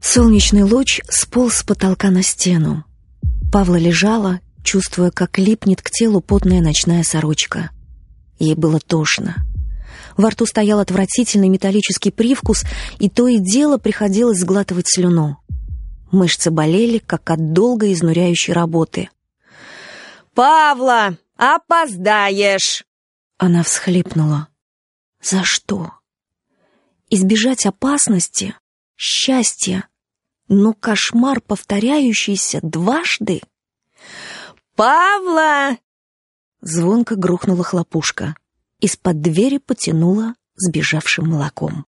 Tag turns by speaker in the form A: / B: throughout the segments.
A: Солнечный луч сполз с потолка на стену. Павла лежала, чувствуя, как липнет к телу потная ночная сорочка. Ей было тошно. Во рту стоял отвратительный металлический привкус, и то и дело приходилось сглатывать слюну. Мышцы болели, как от долгой изнуряющей работы.
B: «Павла, опоздаешь!»
A: Она всхлипнула. За что? Избежать опасности? Счастья? Но кошмар, повторяющийся дважды?
B: «Павла!»
A: Звонко грохнула хлопушка. Из-под двери потянуло сбежавшим молоком.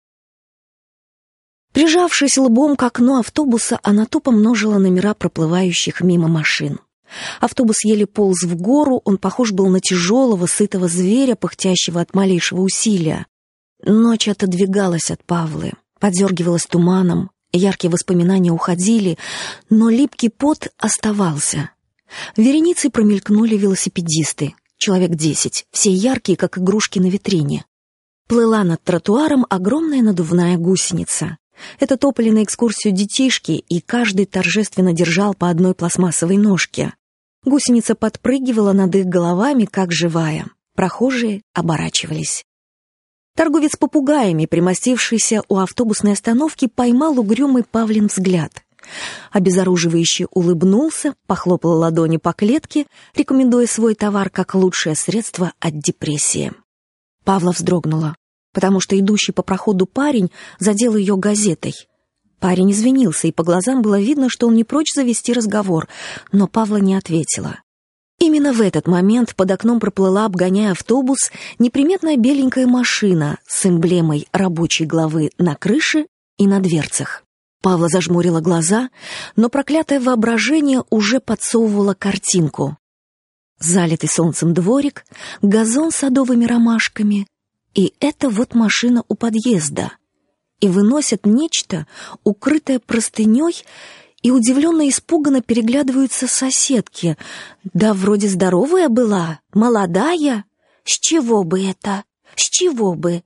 A: Прижавшись лбом к окну автобуса, она тупо множила номера проплывающих мимо машин. Автобус еле полз в гору, он похож был на тяжелого, сытого зверя, пыхтящего от малейшего усилия. Ночь отодвигалась от Павлы, подергивалась туманом, яркие воспоминания уходили, но липкий пот оставался. Вереницей промелькнули велосипедисты, человек 10, все яркие, как игрушки на витрине. Плыла над тротуаром огромная надувная гусеница. Это топали на экскурсию детишки, и каждый торжественно держал по одной пластмассовой ножке. Гусеница подпрыгивала над их головами, как живая. Прохожие оборачивались. Торговец попугаями, примостившийся у автобусной остановки, поймал угрюмый Павлин взгляд. Обезоруживающе улыбнулся, похлопал ладони по клетке, рекомендуя свой товар как лучшее средство от депрессии. Павла вздрогнула, потому что идущий по проходу парень задел ее газетой. Парень извинился, и по глазам было видно, что он не прочь завести разговор, но Павла не ответила. Именно в этот момент под окном проплыла, обгоняя автобус, неприметная беленькая машина с эмблемой рабочей главы на крыше и на дверцах. Павла зажмурила глаза, но проклятое воображение уже подсовывало картинку. Залитый солнцем дворик, газон с садовыми ромашками, и это вот машина у подъезда. И выносят нечто, укрытое простыней, и удивленно и испуганно переглядываются соседки. Да вроде здоровая была, молодая. С чего бы это? С чего бы?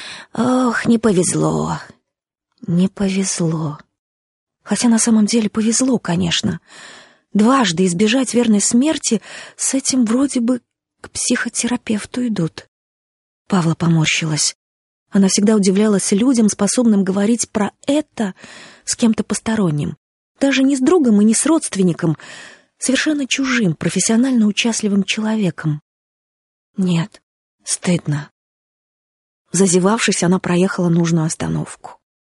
A: Ох, не повезло. Не повезло. Хотя на самом деле повезло, конечно. Дважды избежать верной смерти, с этим вроде бы к психотерапевту идут. Павла поморщилась. Она всегда удивлялась людям, способным говорить про это с кем-то посторонним. Даже не с другом и не с родственником, совершенно чужим, профессионально участливым человеком. Нет, стыдно. Зазевавшись, она проехала нужную остановку.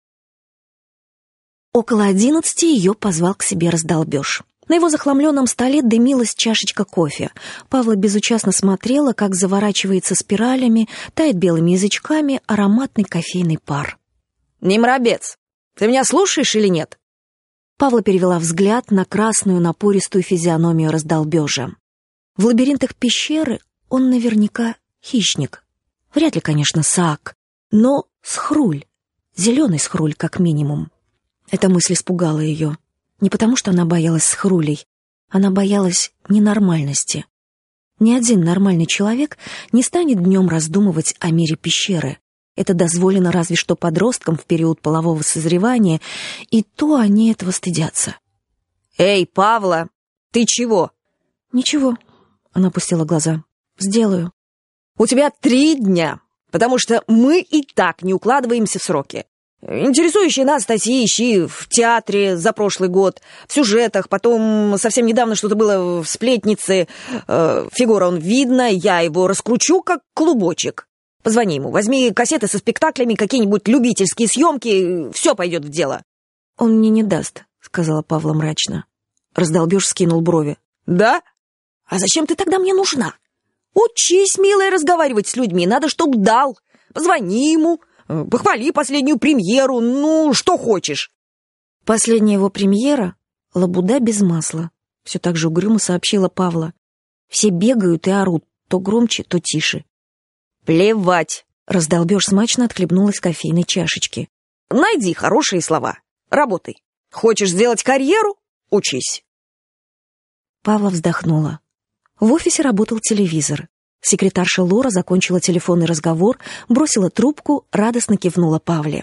A: Около 11 ее позвал к себе раздолбеж. На его захламленном столе дымилась чашечка кофе. Павла безучастно смотрела, как заворачивается спиралями, тает белыми язычками ароматный кофейный пар.
B: «Немрабец, ты меня слушаешь или нет?»
A: Павла перевела взгляд на красную напористую физиономию раздолбежа. В лабиринтах пещеры он наверняка хищник. Вряд ли, конечно, саак, но схруль, зеленый схруль как минимум. Эта мысль испугала ее. Не потому, что она боялась схрулей, она боялась ненормальности. Ни один нормальный человек не станет днем раздумывать о мире пещеры. Это дозволено разве что подросткам в период полового созревания, и то они этого стыдятся.
B: «Эй, Павла, ты чего?»
A: «Ничего», — она опустила глаза. «Сделаю».
B: «У тебя 3 дня, потому что мы и так не укладываемся в сроки. Интересующие нас статьи ищи в театре за прошлый год, в сюжетах, потом совсем недавно что-то было в «Сплетнице». Фигура он видно, я его раскручу, как клубочек. Позвони ему, возьми кассеты со спектаклями, какие-нибудь любительские съемки, все пойдет в дело».
A: «Он мне не даст», — сказала Павла мрачно. Раздолбеж скинул брови.
B: «Да? А зачем ты тогда мне нужна? Учись, милая, разговаривать с людьми, надо, чтоб дал. Позвони ему, похвали последнюю премьеру, ну, что хочешь».
A: Последняя его премьера — «Лабуда без масла», — все так же угрюмо сообщила Павла. Все бегают и орут, то громче, то тише.
B: «Плевать!» —
A: раздолбеж смачно отхлебнул из кофейной чашечки.
B: «Найди хорошие слова. Работай. Хочешь сделать карьеру? Учись».
A: Павла вздохнула. В офисе работал телевизор. Секретарша Лора закончила телефонный разговор, бросила трубку, радостно кивнула Павле.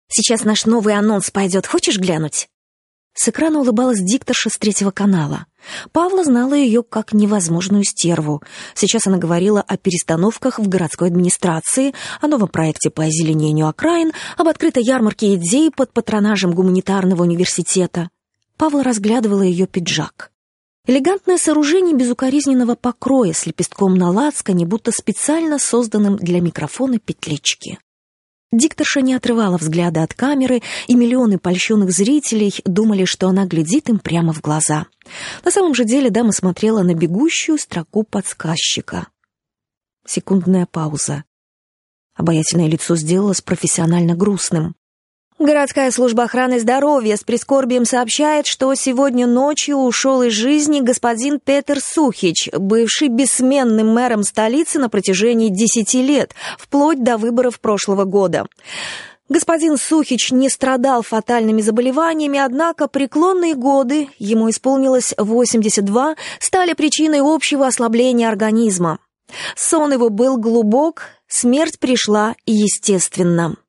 A: Сейчас наш новый анонс пойдет, хочешь глянуть?» С экрана улыбалась дикторша с 3-го канала. Павла знала ее как невозможную стерву. Сейчас она говорила о перестановках в городской администрации, о новом проекте по озеленению окраин, об открытой ярмарке идей под патронажем гуманитарного университета. Павла разглядывала ее пиджак. Элегантное сооружение безукоризненного покроя с лепестком на лацкане, будто специально созданным для микрофона петлички. Дикторша не отрывала взгляда от камеры, и миллионы польщенных зрителей думали, что она глядит им прямо в глаза. На самом же деле дама смотрела на бегущую строку подсказчика. Секундная пауза. Обаятельное лицо сделалось профессионально грустным.
B: Городская служба охраны здоровья с прискорбием сообщает, что сегодня ночью ушел из жизни господин Петер Сухич, бывший бессменным мэром столицы на протяжении 10 лет, вплоть до выборов прошлого года. Господин Сухич не страдал фатальными заболеваниями, однако преклонные годы, ему исполнилось 82, стали причиной общего ослабления организма. Сон его был глубок, смерть пришла естественно.